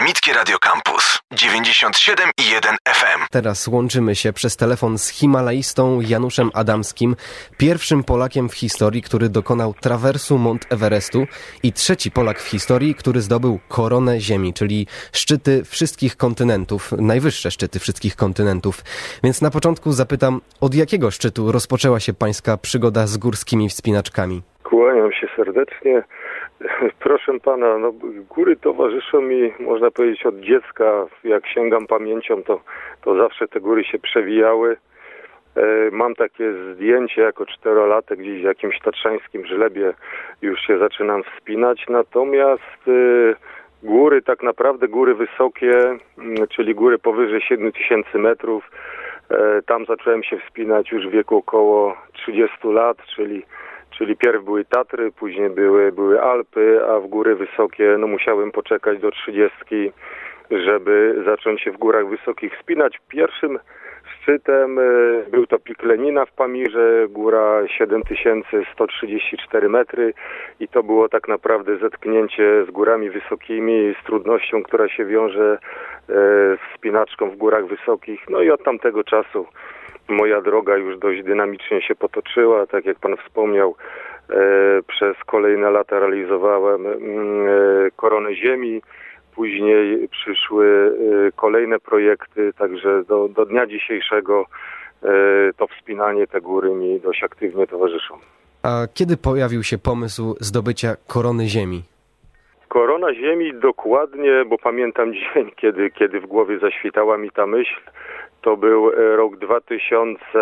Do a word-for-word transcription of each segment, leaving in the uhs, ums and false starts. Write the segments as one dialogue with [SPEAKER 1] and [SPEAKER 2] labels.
[SPEAKER 1] Akademickie Radio Campus dziewięćdziesiąt siedem i jeden F M.
[SPEAKER 2] Teraz łączymy się przez telefon z himalaistą Januszem Adamskim, pierwszym Polakiem w historii, który dokonał trawersu Mount Everestu i trzeci Polak w historii, który zdobył koronę Ziemi, czyli szczyty wszystkich kontynentów, najwyższe szczyty wszystkich kontynentów. Więc na początku zapytam, od jakiego szczytu rozpoczęła się pańska przygoda z górskimi wspinaczkami?
[SPEAKER 3] Kłaniam się serdecznie. Proszę pana, no, góry towarzyszą mi, można powiedzieć, od dziecka. Jak sięgam pamięcią, to, to zawsze te góry się przewijały. E, mam takie zdjęcie jako czterolatek gdzieś w jakimś tatrzańskim żlebie. Już się zaczynam wspinać. Natomiast e, góry, tak naprawdę góry wysokie, m, czyli góry powyżej siedem tysięcy metrów, e, tam zacząłem się wspinać już w wieku około trzydziestu lat, czyli Czyli pierw były Tatry, później były, były Alpy, a w góry wysokie no musiałem poczekać do trzydziestki, żeby zacząć się w górach wysokich wspinać. Pierwszym szczytem był to Pik Lenina w Pamirze, góra siedem tysięcy sto trzydzieści cztery metry i to było tak naprawdę zetknięcie z górami wysokimi, z trudnością, która się wiąże z wspinaczką w górach wysokich. No i od tamtego czasu moja droga już dość dynamicznie się potoczyła, tak jak pan wspomniał, e, przez kolejne lata realizowałem e, koronę Ziemi, później przyszły e, kolejne projekty, także do, do dnia dzisiejszego e, to wspinanie te góry mi dość aktywnie towarzyszą.
[SPEAKER 2] A kiedy pojawił się pomysł zdobycia korony Ziemi?
[SPEAKER 3] Korona Ziemi dokładnie, bo pamiętam dzień, kiedy, kiedy w głowie zaświtała mi ta myśl. To był rok dwa tysiące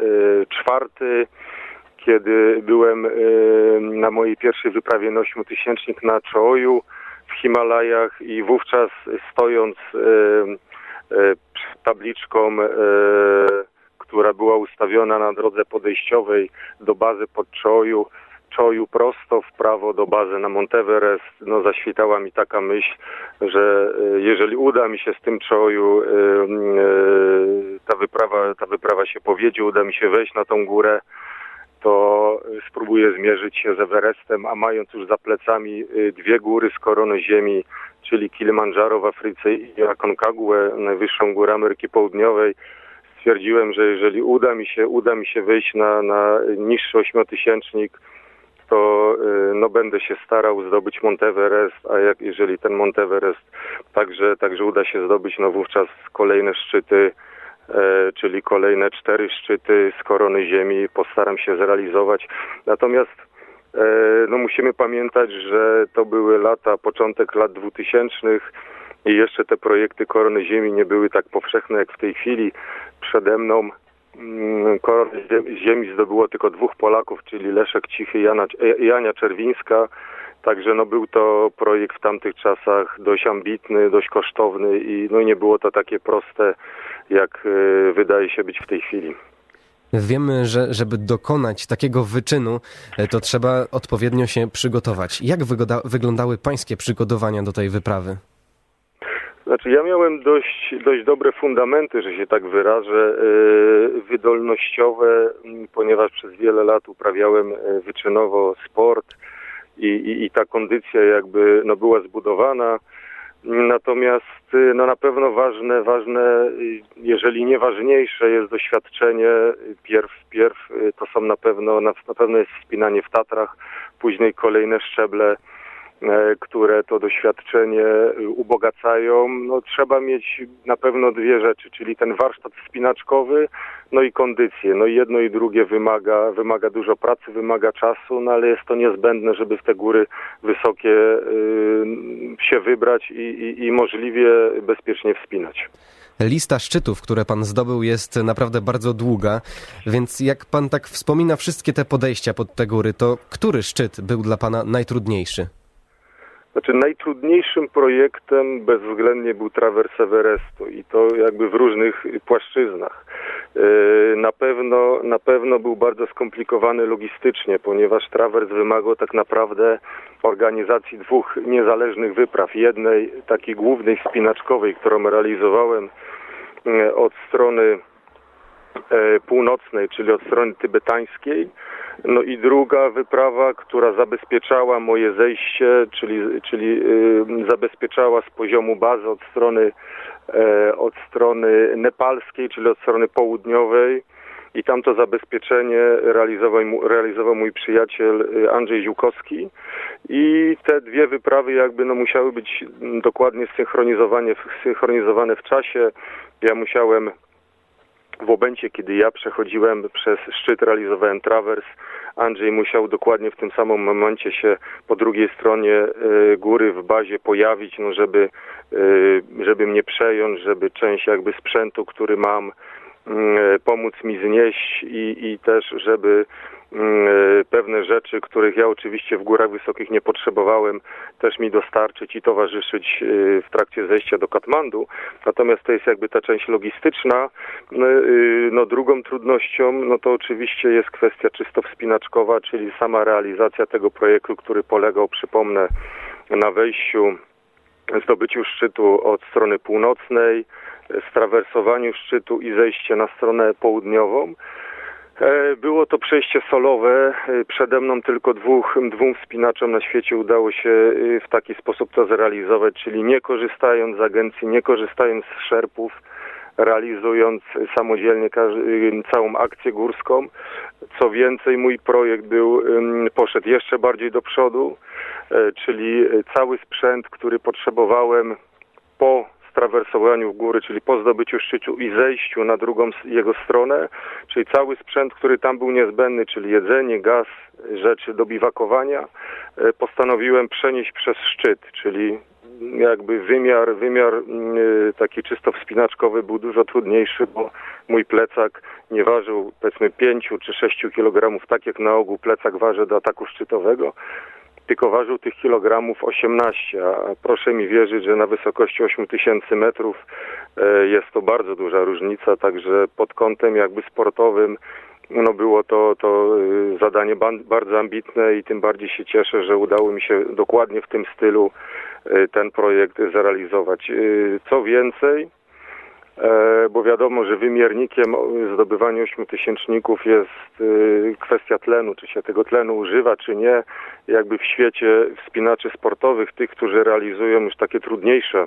[SPEAKER 3] czwarty, kiedy byłem na mojej pierwszej wyprawie na ośmiotysięcznik na Czoju w Himalajach i wówczas stojąc przed tabliczką, która była ustawiona na drodze podejściowej do bazy pod Czoju, Czoju prosto w prawo do bazy na Mount Everest, no zaświtała mi taka myśl, że jeżeli uda mi się z tym Czoju ta wyprawa, ta wyprawa się powiedzie, uda mi się wejść na tą górę, to spróbuję zmierzyć się z Everestem, a mając już za plecami dwie góry z korony Ziemi, czyli Kilimandżaro w Afryce i Aconcagua, najwyższą górę Ameryki Południowej, stwierdziłem, że jeżeli uda mi się, uda mi się wejść na, na niższy ośmiotysięcznik, to no, będę się starał zdobyć Mount Everest, a jak, jeżeli ten Mount Everest także, także uda się zdobyć, no wówczas kolejne szczyty, e, czyli kolejne cztery szczyty z korony Ziemi postaram się zrealizować. Natomiast e, no, musimy pamiętać, że to były lata, początek lat dwutysięcznych i jeszcze te projekty korony Ziemi nie były tak powszechne jak w tej chwili. Przede mną koronę Ziemi zdobyło tylko dwóch Polaków, czyli Leszek Cichy i Jania Czerwińska. Także no, był to projekt w tamtych czasach dość ambitny, dość kosztowny i no, nie było to takie proste, jak y, wydaje się być w tej chwili.
[SPEAKER 2] Wiemy, że żeby dokonać takiego wyczynu, to trzeba odpowiednio się przygotować. Jak wygoda- wyglądały pańskie przygotowania do tej wyprawy?
[SPEAKER 3] Znaczy ja miałem dość, dość dobre fundamenty, że się tak wyrażę, wydolnościowe, ponieważ przez wiele lat uprawiałem wyczynowo sport i, i, i ta kondycja jakby no, była zbudowana. Natomiast no, na pewno ważne, ważne, jeżeli nie ważniejsze jest doświadczenie, pierw, pierw to są na pewno, na, na pewno jest wspinanie w Tatrach, później kolejne szczeble, które to doświadczenie ubogacają. No, trzeba mieć na pewno dwie rzeczy, czyli ten warsztat wspinaczkowy, no i kondycję. No i jedno i drugie wymaga, wymaga dużo pracy, wymaga czasu, no ale jest to niezbędne, żeby w te góry wysokie y, się wybrać i, i, i możliwie bezpiecznie wspinać.
[SPEAKER 2] Lista szczytów, które pan zdobył, jest naprawdę bardzo długa, więc jak pan tak wspomina wszystkie te podejścia pod te góry, to który szczyt był dla pana najtrudniejszy?
[SPEAKER 3] Znaczy najtrudniejszym projektem bezwzględnie był trawers Everestu i to jakby w różnych płaszczyznach. Na pewno, na pewno był bardzo skomplikowany logistycznie, ponieważ trawers wymagał tak naprawdę organizacji dwóch niezależnych wypraw. Jednej takiej głównej wspinaczkowej, którą realizowałem od strony północnej, czyli od strony tybetańskiej. No i druga wyprawa, która zabezpieczała moje zejście, czyli, czyli zabezpieczała z poziomu bazy od strony, od strony nepalskiej, czyli od strony południowej. I tam to zabezpieczenie realizował, realizował mój przyjaciel Andrzej Ziółkowski. I te dwie wyprawy jakby no musiały być dokładnie zsynchronizowane, zsynchronizowane w czasie. Ja musiałem w momencie, kiedy ja przechodziłem przez szczyt, realizowałem trawers, Andrzej musiał dokładnie w tym samym momencie się po drugiej stronie y, góry w bazie pojawić, no żeby, y, żeby mnie przejąć, żeby część jakby sprzętu, który mam, pomóc mi znieść i, i też, żeby pewne rzeczy, których ja oczywiście w górach wysokich nie potrzebowałem, też mi dostarczyć i towarzyszyć w trakcie zejścia do Katmandu. Natomiast to jest jakby ta część logistyczna. No drugą trudnością, no to oczywiście jest kwestia czysto wspinaczkowa, czyli sama realizacja tego projektu, który polegał, przypomnę, na wejściu, zdobyciu szczytu od strony północnej, strawersowaniu szczytu i zejście na stronę południową. Było to przejście solowe. Przede mną tylko dwóch, dwóm wspinaczom na świecie udało się w taki sposób to zrealizować, czyli nie korzystając z agencji, nie korzystając z szerpów, realizując samodzielnie całą akcję górską. Co więcej, mój projekt był, poszedł jeszcze bardziej do przodu, czyli cały sprzęt, który potrzebowałem po trawersowaniu w góry, czyli po zdobyciu szczytu i zejściu na drugą jego stronę, czyli cały sprzęt, który tam był niezbędny, czyli jedzenie, gaz, rzeczy do biwakowania, postanowiłem przenieść przez szczyt, czyli jakby wymiar, wymiar taki czysto wspinaczkowy był dużo trudniejszy, bo mój plecak nie ważył powiedzmy pięć czy sześć kilogramów, tak jak na ogół plecak waży do ataku szczytowego, tylko ważył tych kilogramów osiemnaście, a proszę mi wierzyć, że na wysokości osiem tysięcy metrów jest to bardzo duża różnica, także pod kątem jakby sportowym no było to, to zadanie bardzo ambitne i tym bardziej się cieszę, że udało mi się dokładnie w tym stylu ten projekt zrealizować. Co więcej, bo wiadomo, że wymiernikiem zdobywania ośmiotysięczników jest kwestia tlenu, czy się tego tlenu używa, czy nie. Jakby w świecie wspinaczy sportowych, tych, którzy realizują już takie trudniejsze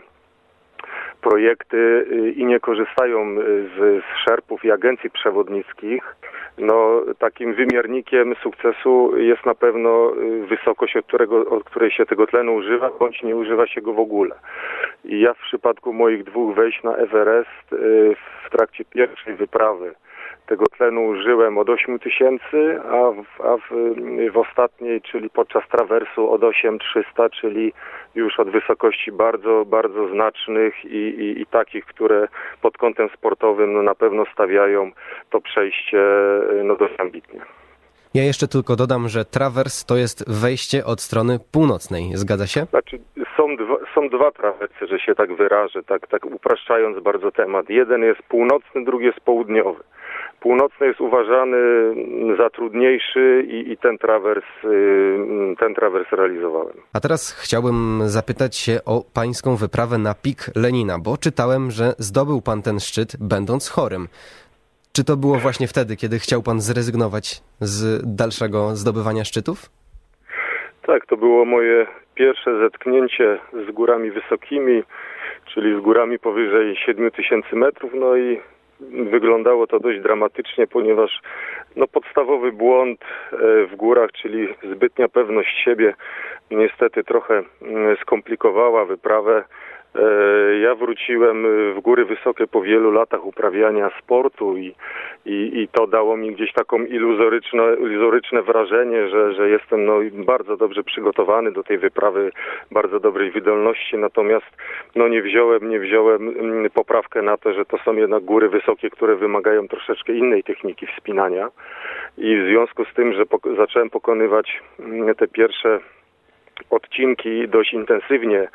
[SPEAKER 3] projekty i nie korzystają z, z szerpów i agencji przewodnickich, no takim wymiernikiem sukcesu jest na pewno wysokość, od, którego, od której się tego tlenu używa, bądź nie używa się go w ogóle. I ja w przypadku moich dwóch wejść na Everest w trakcie pierwszej wyprawy tego tlenu użyłem od ośmiu tysięcy, a, w, a w, w ostatniej, czyli podczas trawersu od osiem tysięcy trzysta, czyli już od wysokości bardzo, bardzo znacznych i, i, i takich, które pod kątem sportowym no, na pewno stawiają to przejście no, dość ambitnie.
[SPEAKER 2] Ja jeszcze tylko dodam, że trawers to jest wejście od strony północnej. Zgadza się?
[SPEAKER 3] Znaczy, są dwa, są dwa trawersy, że się tak wyrażę, tak, tak upraszczając bardzo temat. Jeden jest północny, drugi jest południowy. Północny jest uważany za trudniejszy i, i ten trawers, ten trawers realizowałem.
[SPEAKER 2] A teraz chciałbym zapytać się o pańską wyprawę na Pik Lenina, bo czytałem, że zdobył pan ten szczyt będąc chorym. Czy to było właśnie wtedy, kiedy chciał pan zrezygnować z dalszego zdobywania szczytów?
[SPEAKER 3] Tak, to było moje pierwsze zetknięcie z górami wysokimi, czyli z górami powyżej siedmiu tysięcy metrów, no i wyglądało to dość dramatycznie, ponieważ no, podstawowy błąd w górach, czyli zbytnia pewność siebie, niestety trochę skomplikowała wyprawę. Ja wróciłem w góry wysokie po wielu latach uprawiania sportu i, i, i to dało mi gdzieś taką iluzoryczne, iluzoryczne wrażenie, że, że jestem no, bardzo dobrze przygotowany do tej wyprawy, bardzo dobrej wydolności, natomiast no, nie wziąłem, nie wziąłem poprawkę na to, że to są jednak góry wysokie, które wymagają troszeczkę innej techniki wspinania i w związku z tym, że pok- zacząłem pokonywać te pierwsze odcinki dość intensywnie e,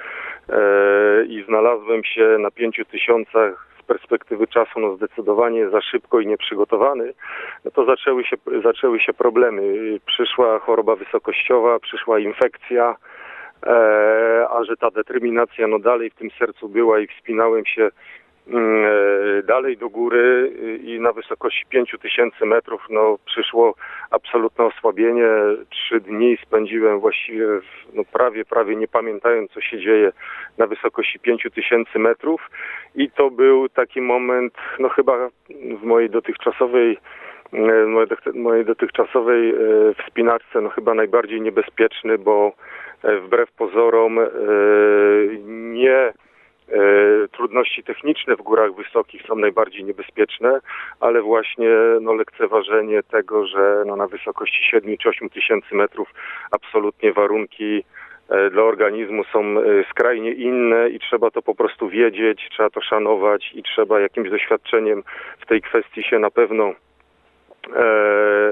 [SPEAKER 3] i znalazłem się na pięciu tysiącach z perspektywy czasu no zdecydowanie za szybko i nieprzygotowany, no to zaczęły się, zaczęły się problemy. Przyszła choroba wysokościowa, przyszła infekcja, e, a że ta determinacja no dalej w tym sercu była i wspinałem się Dalej do góry i na wysokości pięć tysięcy metrów no, przyszło absolutne osłabienie. Trzy dni spędziłem właściwie w, no, prawie, prawie nie pamiętając, co się dzieje na wysokości pięć tysięcy metrów i to był taki moment, no chyba w mojej dotychczasowej mojej dotychczasowej wspinaczce no chyba najbardziej niebezpieczny, bo wbrew pozorom nie trudności techniczne w górach wysokich są najbardziej niebezpieczne, ale właśnie no, lekceważenie tego, że no, na wysokości siedem czy osiem tysięcy metrów absolutnie warunki dla organizmu są skrajnie inne i trzeba to po prostu wiedzieć, trzeba to szanować i trzeba jakimś doświadczeniem w tej kwestii się na pewno e, e,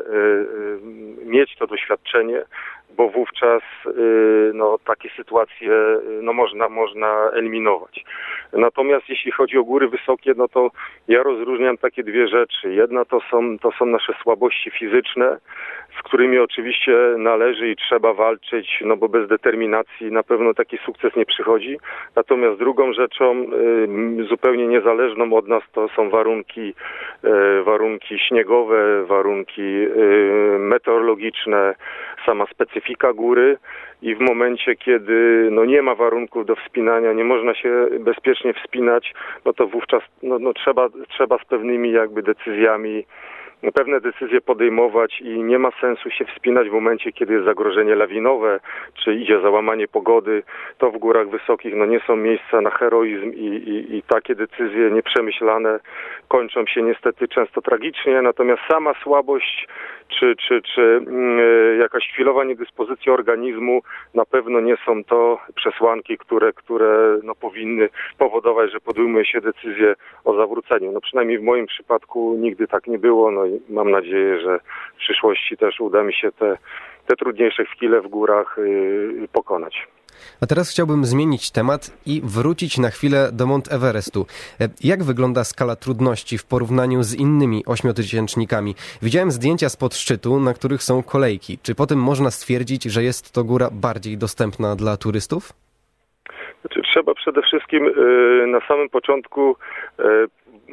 [SPEAKER 3] mieć to doświadczenie, bo wówczas no, takie sytuacje no, można, można eliminować. Natomiast jeśli chodzi o góry wysokie, no to ja rozróżniam takie dwie rzeczy. Jedna to są, to są nasze słabości fizyczne, z którymi oczywiście należy i trzeba walczyć, no bo bez determinacji na pewno taki sukces nie przychodzi. Natomiast drugą rzeczą zupełnie niezależną od nas to są warunki, warunki śniegowe, warunki meteorologiczne, sama specyfika góry i w momencie, kiedy no, nie ma warunków do wspinania, nie można się bezpiecznie wspinać, no to wówczas no, no, trzeba, trzeba z pewnymi jakby decyzjami pewne decyzje podejmować i nie ma sensu się wspinać w momencie, kiedy jest zagrożenie lawinowe, czy idzie załamanie pogody. To w górach wysokich no, nie są miejsca na heroizm i, i, i takie decyzje nieprzemyślane kończą się niestety często tragicznie, natomiast sama słabość czy, czy, czy yy, jakaś chwilowa niedyspozycja organizmu na pewno nie są to przesłanki, które, które no, powinny powodować, że podejmuje się decyzję o zawróceniu. No przynajmniej w moim przypadku nigdy tak nie było, no i mam nadzieję, że w przyszłości też uda mi się te, te trudniejsze chwile w górach yy, pokonać.
[SPEAKER 2] A teraz chciałbym zmienić temat i wrócić na chwilę do Mount Everestu. Jak wygląda skala trudności w porównaniu z innymi ośmiotysięcznikami? Widziałem zdjęcia spod szczytu, na których są kolejki. Czy po tym można stwierdzić, że jest to góra bardziej dostępna dla turystów?
[SPEAKER 3] Znaczy, trzeba przede wszystkim yy, na samym początku yy,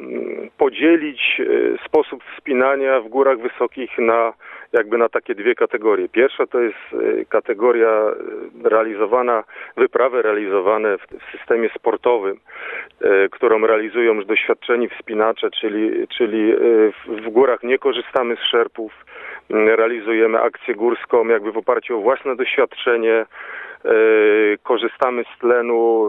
[SPEAKER 3] podzielić sposób wspinania w górach wysokich na jakby na takie dwie kategorie. Pierwsza to jest kategoria realizowana, wyprawy realizowane w, w systemie sportowym, którą realizują już doświadczeni wspinacze, czyli, czyli w, w górach nie korzystamy z szerpów, realizujemy akcję górską jakby w oparciu o własne doświadczenie, korzystamy z tlenu.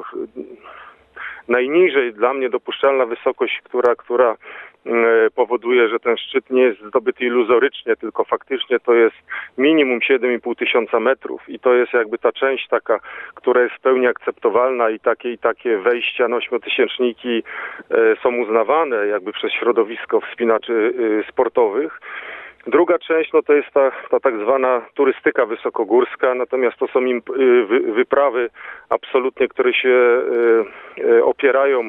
[SPEAKER 3] Najniżej dla mnie dopuszczalna wysokość, która, która powoduje, że ten szczyt nie jest zdobyty iluzorycznie, tylko faktycznie to jest minimum siedem i pół tysiąca metrów i to jest jakby ta część taka, która jest w pełni akceptowalna i takie i takie wejścia na ośmiotysięczniki są uznawane jakby przez środowisko wspinaczy sportowych. Druga część no to jest ta, ta tak zwana turystyka wysokogórska, natomiast to są im wy, wyprawy absolutnie, które się y, opierają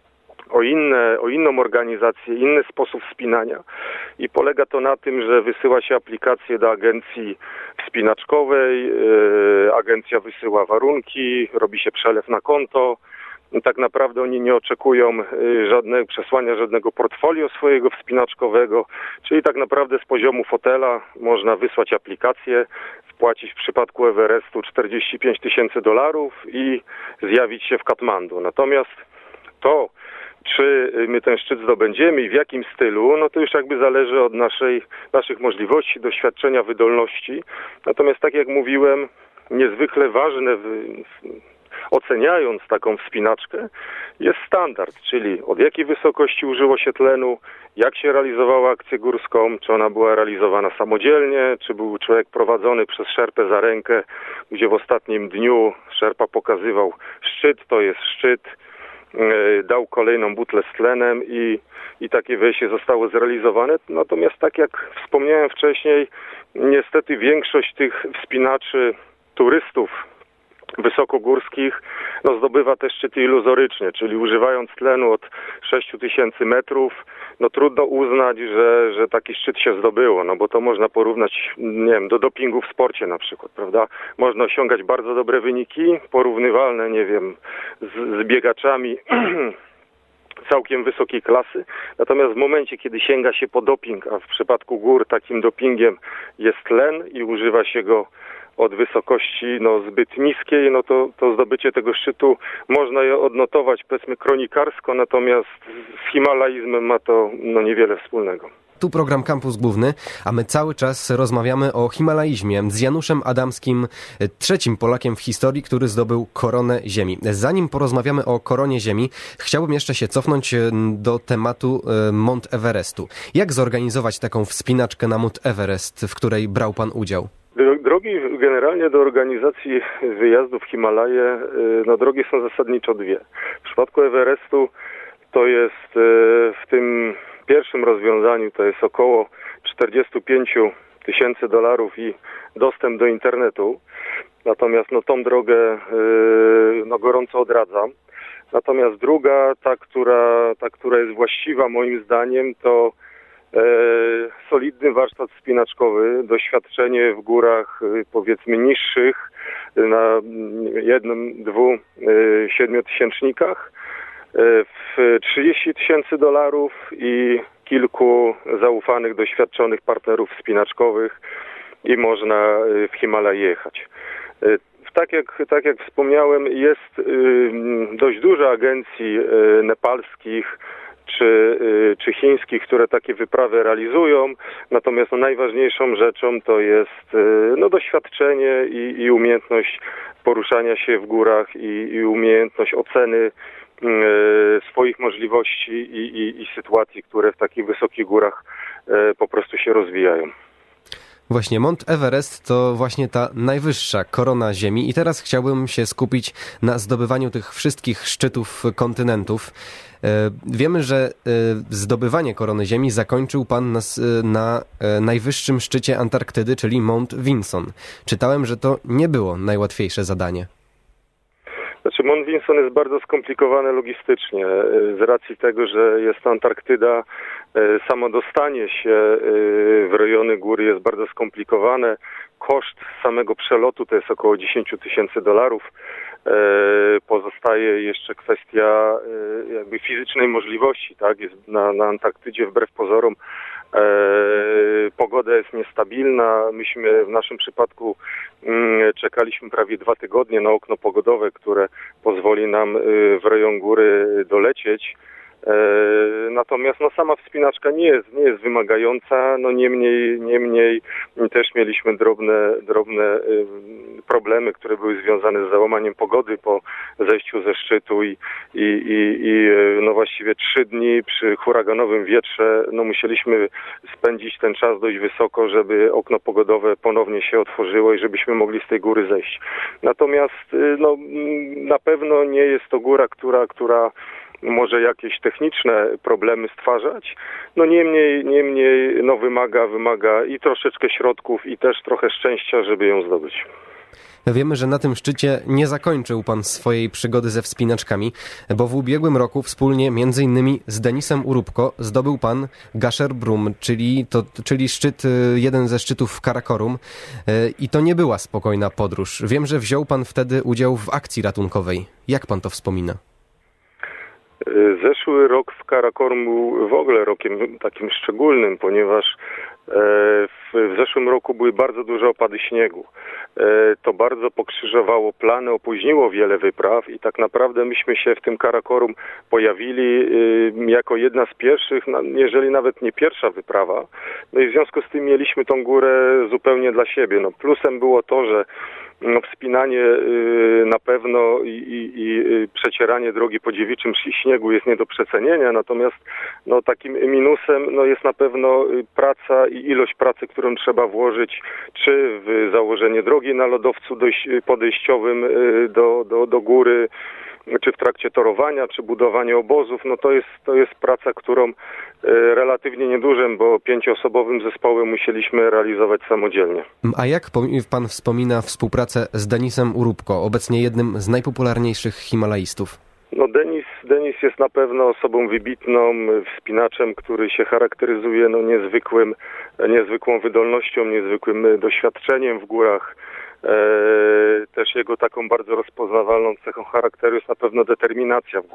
[SPEAKER 3] o inne, o inną organizację, inny sposób wspinania i polega to na tym, że wysyła się aplikację do agencji wspinaczkowej, y, agencja wysyła warunki, robi się przelew na konto. Tak naprawdę oni nie oczekują żadnego przesłania, żadnego portfolio swojego wspinaczkowego, czyli tak naprawdę z poziomu fotela można wysłać aplikację, wpłacić w przypadku Everestu czterdzieści pięć tysięcy dolarów i zjawić się w Katmandu. Natomiast to, czy my ten szczyt zdobędziemy i w jakim stylu, no to już jakby zależy od naszej, naszych możliwości, doświadczenia, wydolności. Natomiast tak jak mówiłem, niezwykle ważne w, oceniając taką wspinaczkę, jest standard, czyli od jakiej wysokości użyło się tlenu, jak się realizowała akcję górską, czy ona była realizowana samodzielnie, czy był człowiek prowadzony przez szerpę za rękę, gdzie w ostatnim dniu szerpa pokazywał szczyt, to jest szczyt, dał kolejną butlę z tlenem i, i takie wejście zostało zrealizowane. Natomiast tak jak wspomniałem wcześniej, niestety większość tych wspinaczy, turystów wysokogórskich no, zdobywa te szczyty iluzorycznie, czyli używając tlenu od sześć tysięcy metrów, no trudno uznać, że, że taki szczyt się zdobyło, no bo to można porównać, nie wiem, do dopingu w sporcie na przykład, prawda? Można osiągać bardzo dobre wyniki, porównywalne, nie wiem, z, z biegaczami całkiem wysokiej klasy. Natomiast w momencie, kiedy sięga się po doping, a w przypadku gór takim dopingiem jest tlen i używa się go od wysokości no, zbyt niskiej, no to, to zdobycie tego szczytu można je odnotować, powiedzmy, kronikarsko, natomiast z himalaizmem ma to no, niewiele wspólnego.
[SPEAKER 2] Tu program Kampus Główny, a my cały czas rozmawiamy o himalaizmie z Januszem Adamskim, trzecim Polakiem w historii, który zdobył koronę Ziemi. Zanim porozmawiamy o koronie Ziemi, chciałbym jeszcze się cofnąć do tematu Mount Everestu. Jak zorganizować taką wspinaczkę na Mount Everest, w której brał pan udział?
[SPEAKER 3] Drogi generalnie do organizacji wyjazdu w Himalaje, no drogi są zasadniczo dwie. W przypadku Everestu to jest w tym pierwszym rozwiązaniu to jest około czterdzieści pięć tysięcy dolarów i dostęp do internetu. Natomiast no, tą drogę no, gorąco odradzam. Natomiast druga, ta która, ta, która jest właściwa moim zdaniem, to e, solidny warsztat wspinaczkowy, doświadczenie w górach powiedzmy niższych na jednym, dwu, siedmiotysięcznikach w trzydzieści tysięcy dolarów i kilku zaufanych, doświadczonych partnerów wspinaczkowych i można w Himalaj jechać. Tak jak, tak jak wspomniałem, jest dość dużo agencji nepalskich czy, czy chińskich, które takie wyprawy realizują, natomiast no, najważniejszą rzeczą to jest no, doświadczenie i, i umiejętność poruszania się w górach i, i umiejętność oceny swoich możliwości i, i, i sytuacji, które w takich wysokich górach po prostu się rozwijają.
[SPEAKER 2] Właśnie, Mount Everest to właśnie ta najwyższa korona Ziemi i teraz chciałbym się skupić na zdobywaniu tych wszystkich szczytów kontynentów. Wiemy, że zdobywanie korony Ziemi zakończył pan na, na najwyższym szczycie Antarktydy, czyli Mount Vinson. Czytałem, że to nie było najłatwiejsze zadanie.
[SPEAKER 3] Znaczy Mount Vinson jest bardzo skomplikowane logistycznie z racji tego, że jest to Antarktyda. Samo dostanie się w rejony góry jest bardzo skomplikowane. Koszt samego przelotu to jest około dziesięć tysięcy dolarów. Pozostaje jeszcze kwestia jakby fizycznej możliwości, tak? Jest na, na Antarktydzie wbrew pozorom e, pogoda jest niestabilna. Myśmy w naszym przypadku mm, czekaliśmy prawie dwa tygodnie na okno pogodowe, które pozwoli nam w rejon góry dolecieć. Natomiast no, sama wspinaczka nie jest, nie jest wymagająca, no niemniej, niemniej też mieliśmy drobne, drobne problemy, które były związane z załamaniem pogody po zejściu ze szczytu i, i, i, i no właściwie trzy dni przy huraganowym wietrze no musieliśmy spędzić ten czas dość wysoko, żeby okno pogodowe ponownie się otworzyło i żebyśmy mogli z tej góry zejść. Natomiast no, na pewno nie jest to góra, która, która może jakieś techniczne problemy stwarzać, no niemniej, niemniej no wymaga, wymaga i troszeczkę środków i też trochę szczęścia, żeby ją zdobyć.
[SPEAKER 2] Wiemy, że na tym szczycie nie zakończył pan swojej przygody ze wspinaczkami, bo w ubiegłym roku wspólnie między innymi z Denisem Urubko zdobył pan Gasherbrum, czyli, to, czyli szczyt, jeden ze szczytów w Karakorum i to nie była spokojna podróż. Wiem, że wziął pan wtedy udział w akcji ratunkowej. Jak pan to wspomina?
[SPEAKER 3] Zeszły rok w Karakorum był w ogóle rokiem takim szczególnym, ponieważ w zeszłym roku były bardzo duże opady śniegu. To bardzo pokrzyżowało plany, opóźniło wiele wypraw i tak naprawdę myśmy się w tym Karakorum pojawili jako jedna z pierwszych, jeżeli nawet nie pierwsza wyprawa. No i w związku z tym mieliśmy tą górę zupełnie dla siebie. No plusem było to, że no wspinanie y, na pewno i, i, i przecieranie drogi po dziewiczym śniegu jest nie do przecenienia, natomiast no, takim minusem no, jest na pewno praca i ilość pracy, którą trzeba włożyć, czy w założenie drogi na lodowcu dość podejściowym y, do, do, do góry, czy w trakcie torowania, czy budowanie obozów, no to jest, to jest praca, którą y, relatywnie niedużym, bo pięcioosobowym zespołem musieliśmy realizować samodzielnie.
[SPEAKER 2] A jak pan wspomina współpracę z Denisem Urubko, obecnie jednym z najpopularniejszych himalaistów?
[SPEAKER 3] No Denis, Denis jest na pewno osobą wybitną, wspinaczem, który się charakteryzuje no niezwykłym, niezwykłą wydolnością, niezwykłym doświadczeniem w górach. Też jego taką bardzo rozpoznawalną cechą charakteru jest na pewno determinacja w górach.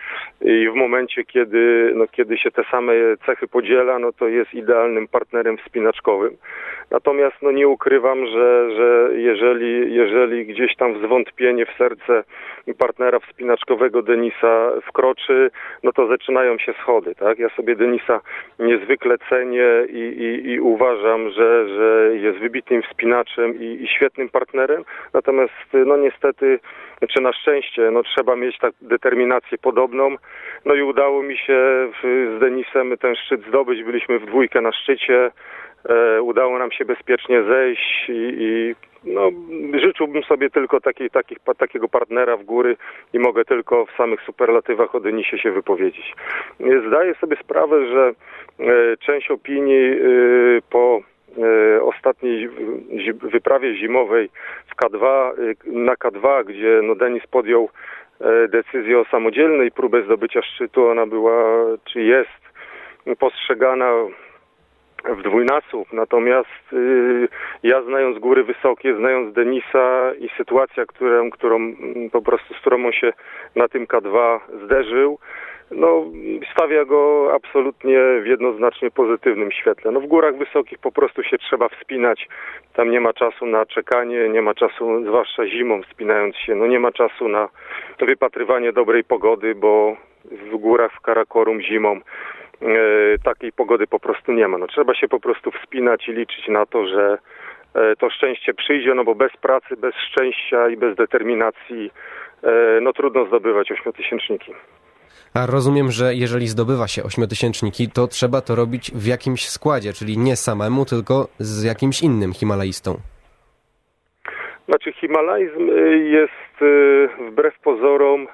[SPEAKER 3] i w momencie, kiedy, no, kiedy się te same cechy podziela, no to jest idealnym partnerem wspinaczkowym. Natomiast no, nie ukrywam, że, że jeżeli, jeżeli gdzieś tam zwątpienie w serce partnera wspinaczkowego Denisa wkroczy, no to zaczynają się schody, tak? Ja sobie Denisa niezwykle cenię i, i, i uważam, że, że jest wybitnym wspinaczem i, i świetnym partnerem, natomiast no niestety, czy na szczęście, no trzeba mieć tak determinację podobną, no i udało mi się w, z Denisem ten szczyt zdobyć, byliśmy w dwójkę na szczycie, e, udało nam się bezpiecznie zejść i, i no, życzyłbym sobie tylko taki, taki, takiego partnera w góry i mogę tylko w samych superlatywach o Denisie się wypowiedzieć. Zdaję sobie sprawę, że e, część opinii e, po e, ostatniej wyprawie zimowej w K dwa, e, na K dwa, gdzie no, Denis podjął e, decyzję o samodzielnej próbie zdobycia szczytu, ona była, czy jest postrzegana w dwójnasób, natomiast y, ja znając góry wysokie, znając Denisa i sytuacja, którą, którą po prostu z którą on się na tym K dwa zderzył, no stawia go absolutnie w jednoznacznie pozytywnym świetle. No w górach wysokich po prostu się trzeba wspinać, tam nie ma czasu na czekanie, nie ma czasu, zwłaszcza zimą wspinając się, no nie ma czasu na wypatrywanie dobrej pogody, bo w górach w Karakorum zimą E, takiej pogody po prostu nie ma. No, trzeba się po prostu wspinać i liczyć na to, że e, to szczęście przyjdzie, no bo bez pracy, bez szczęścia i bez determinacji e, no trudno zdobywać ośmiotysięczniki.
[SPEAKER 2] A rozumiem, że jeżeli zdobywa się ośmiotysięczniki, to trzeba to robić w jakimś składzie, czyli nie samemu, tylko z jakimś innym himalaistą.
[SPEAKER 3] Znaczy himalaizm jest wbrew pozorom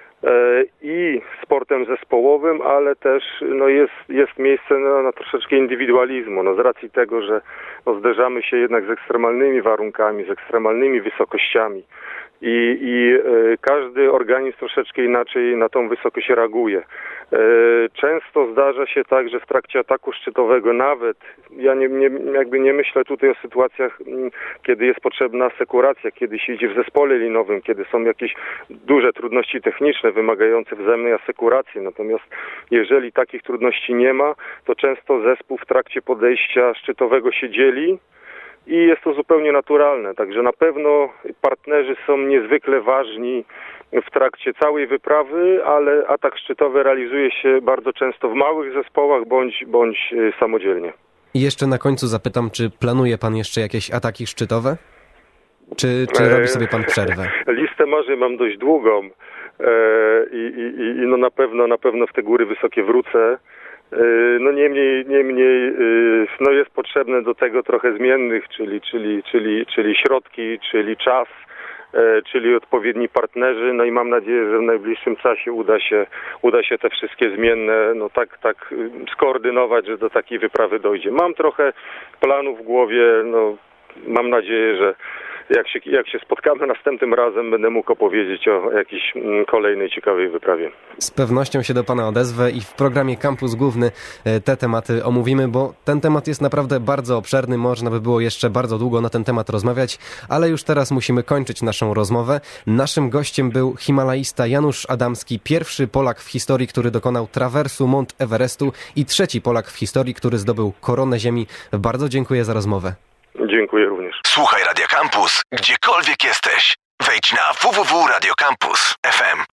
[SPEAKER 3] i sportem zespołowym, ale też no jest, jest miejsce na, na troszeczkę indywidualizmu, no z racji tego, że no zderzamy się jednak z ekstremalnymi warunkami, z ekstremalnymi wysokościami i, i y, każdy organizm troszeczkę inaczej na tą wysokość reaguje. Y, często zdarza się tak, że w trakcie ataku szczytowego nawet, ja nie, nie, jakby nie myślę tutaj o sytuacjach, m, kiedy jest potrzebna asekuracja, kiedy się idzie w zespole linowym, kiedy są jakieś duże trudności techniczne wymagające wzajemnej asekuracji. Natomiast jeżeli takich trudności nie ma, to często zespół w trakcie podejścia szczytowego się dzieli i jest to zupełnie naturalne. Także na pewno partnerzy są niezwykle ważni w trakcie całej wyprawy, ale atak szczytowy realizuje się bardzo często w małych zespołach bądź, bądź samodzielnie.
[SPEAKER 2] I jeszcze na końcu zapytam, czy planuje pan jeszcze jakieś ataki szczytowe? Czy, czy robi sobie pan przerwę?
[SPEAKER 3] Listę marzeń mam dość długą i, i, i no na pewno, na pewno w te góry wysokie wrócę. No niemniej, niemniej no jest potrzebne do tego trochę zmiennych, czyli, czyli, czyli, czyli środki, czyli czas, czyli odpowiedni partnerzy, no i mam nadzieję, że w najbliższym czasie uda się, uda się te wszystkie zmienne no tak, tak skoordynować, że do takiej wyprawy dojdzie. Mam trochę planów w głowie, no mam nadzieję, że jak się, jak się spotkamy następnym razem, będę mógł opowiedzieć o jakiejś kolejnej ciekawej wyprawie.
[SPEAKER 2] Z pewnością się do pana odezwę i w programie Kampus Główny te tematy omówimy, bo ten temat jest naprawdę bardzo obszerny, można by było jeszcze bardzo długo na ten temat rozmawiać, ale już teraz musimy kończyć naszą rozmowę. Naszym gościem był himalaista Janusz Adamski, pierwszy Polak w historii, który dokonał trawersu Mont Everestu i trzeci Polak w historii, który zdobył koronę ziemi. Bardzo dziękuję za rozmowę.
[SPEAKER 3] Dziękuję również.
[SPEAKER 1] Słuchaj Radia Campus, gdziekolwiek jesteś. Wejdź na w w w kropka radio campus kropka f m.